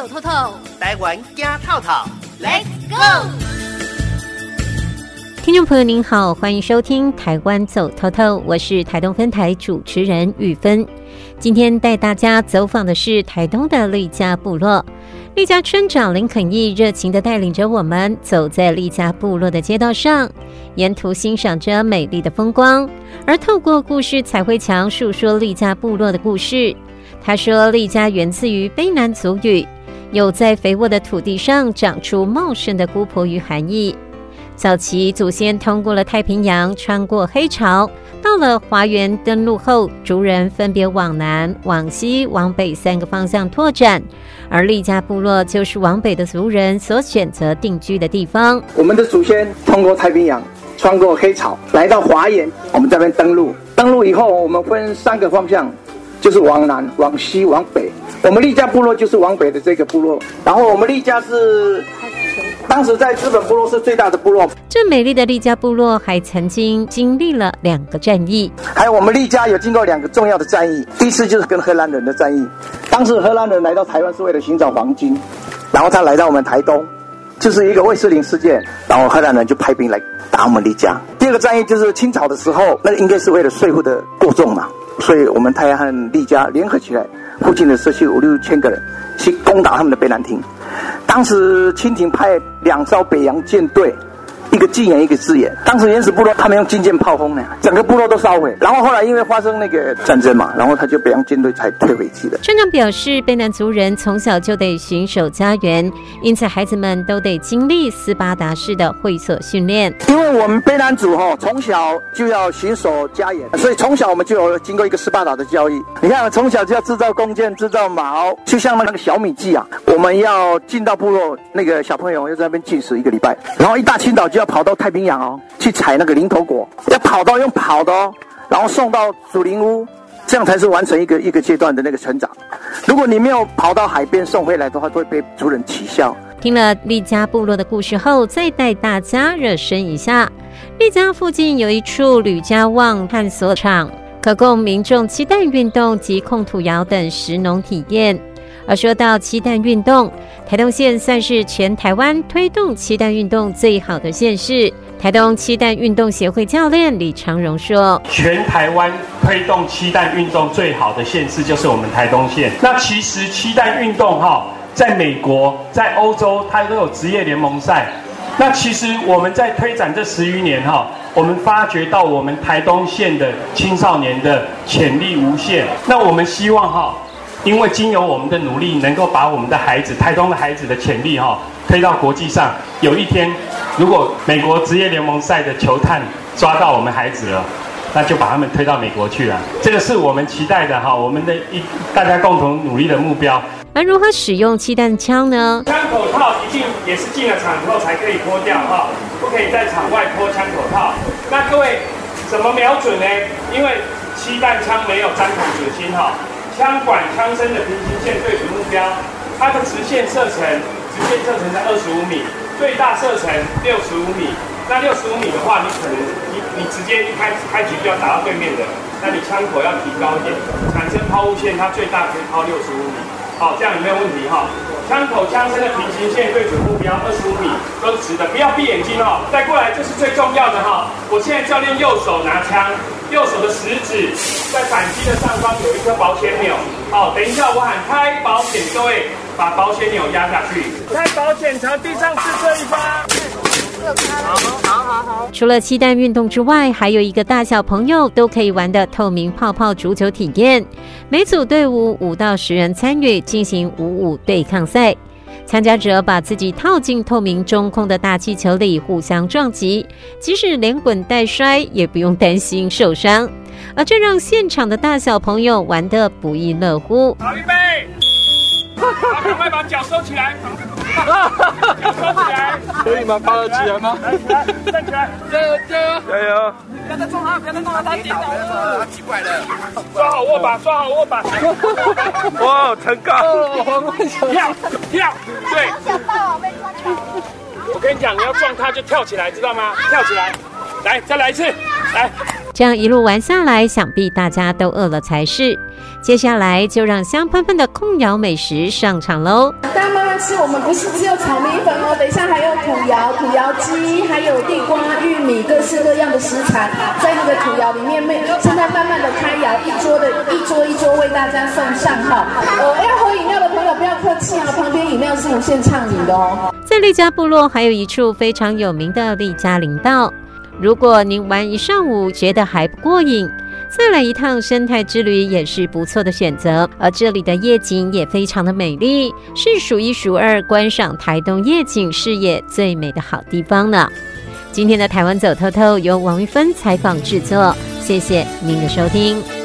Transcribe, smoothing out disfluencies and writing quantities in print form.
透透， 台湾走透透 ，Let's go！ 听众朋友您好，欢迎收听台湾走透透，我是台东分台主持人玉芬。今天带大家走访的是台东的丽家部落，丽家村长林肯义热情地带领着我们走在丽家部落的街道上，沿途欣赏着美丽的风光，而透过故事彩绘墙述说丽家部落的故事。他说丽家源自于卑南族语，有在肥沃的土地上长出茂盛的姑婆与含义。早期祖先通过了太平洋，穿过黑潮，到了华原登陆后，族人分别往南、往西、往北3个方向拓展，而丽家部落就是往北的族人所选择定居的地方。 我们的祖先通过太平洋，穿过黑潮，来到华原，我们这边登陆。登陆以后，我们分3个方向，就是往南、往西、往北。我们丽家部落就是往北的这个部落，然后我们丽家是当时在日本部落是最大的部落。 这美丽的丽家部落还曾经经历了2个战役， 还有我们丽家有经过2个重要的战役。第一次就是跟荷兰人的战役，当时荷兰人来到台湾是为了寻找黄金，然后他来到我们台东，就是一个卫斯理事件，然后荷兰人就派兵来打我们丽家。第2个战役就是清朝的时候，那应该是为了税负的过重嘛，所以我们泰和丽家联合起来，附近的社区5、6千个人去攻打他们的北南町。当时清廷派2艘北洋舰队，一个晋远，一个支援。当时原始部落他们用军舰炮轰呢，整个部落都烧毁。然后后来因为发生那个战争嘛，然后他就北洋舰队才退回去的。 村长表示，卑南族人从小就得巡守家园，因此孩子们都得经历斯巴达式的会所训练。 因为我们卑南族从小就要巡守家园，所以从小我们就有经过一个斯巴达的教育。你看，从小就要制造弓箭、制造矛，就像那个小米剂啊，我们要进到部落，那个小朋友要在那边禁食1个礼拜，然后一大清早就要跑到太平洋去采那个零头果，要跑到用跑的然后送到祖灵屋，这样才是完成一个阶段的那个成长。如果你没有跑到海边送回来的话，会被族人取笑。 听了丽家部落的故事后，再带大家热身一下。丽家附近有一处吕家旺探索场，可供民众漆弹运动及控土窑等食农体验。而说到漆弹运动，台东县算是全台湾推动漆弹运动最好的县市。台东漆弹运动协会教练李长荣说， 全台湾推动漆弹运动最好的县市就是我们台东县。那其实漆弹运动在美国、在欧洲，它都有职业联盟赛。那其实我们在推展这10余年我们发觉到我们台东县的青少年的潜力无限。那我们希望因为经由我们的努力，能够把我们的孩子，台东的孩子的潜力推到国际上。有一天，如果美国职业联盟赛的球探抓到我们孩子了，那就把他们推到美国去了。这个是我们期待的我们的大家共同努力的目标。 而如何使用漆弹枪呢？ 枪口套一定也是进了场后才可以脱掉不可以在场外脱枪口套。那各位怎么瞄准呢？因为漆弹枪没有沾孔准心枪管枪身的平行线对准目标，它的直线射程在25米，最大射程65米。那65米的话，你可能你直接一开局就要打到对面的，那你枪口要提高一点，产生抛物线，它最大可以抛65米。这样有没有问题枪口枪身的平行线对准目标25米都是直的，不要闭眼睛再过来，这是最重要的我现在教练右手拿枪，右手的食指在扳机的上方有一颗保险钮等一下我喊开保险，各位把保险钮压下去，开保险朝地上试射一发。 好。除了漆弹运动之外，还有一个大小朋友都可以玩的透明泡泡足球体验。每组队伍5到10人参与，进行5-5对抗赛。参加者把自己套进透明中空的大气球里，互相撞击，即使连滚带摔，也不用担心受伤。而这让现场的大小朋友玩得不亦乐乎。 好，预备！好，赶快把脚收起来。脚收起来， 可以吗？抱得起来吗？ 来，站起来， 加油加油加油！ 不要再撞他，不要再撞他，他跌倒了，奇怪了。抓好握把，抓好握把。 哇，成功！ 跳，对。我跟你讲，你要撞他就跳起来，知道吗？跳起来，来，再来一次，来。 这样一路玩下来，想必大家都饿了才是。接下来就让香喷喷的控窑美食上场喽！ 大家慢慢吃，我们不是只有炒米粉哦，等一下还有土窑鸡，还有地瓜、玉米，各式各样的食材，在那个土窑里面，现在慢慢的开窑，一桌为大家送上哈。要喝饮料的朋友不要客气啊，旁边饮料是无限畅饮的哦。 在丽家部落还有一处非常有名的丽家林道，如果您玩一上午觉得还不过瘾，再来一趟生态之旅也是不错的选择。而这里的夜景也非常的美丽，是数一数二观赏台东夜景视野最美的好地方呢。今天的台湾走透透由王玉芬采访制作，谢谢您的收听。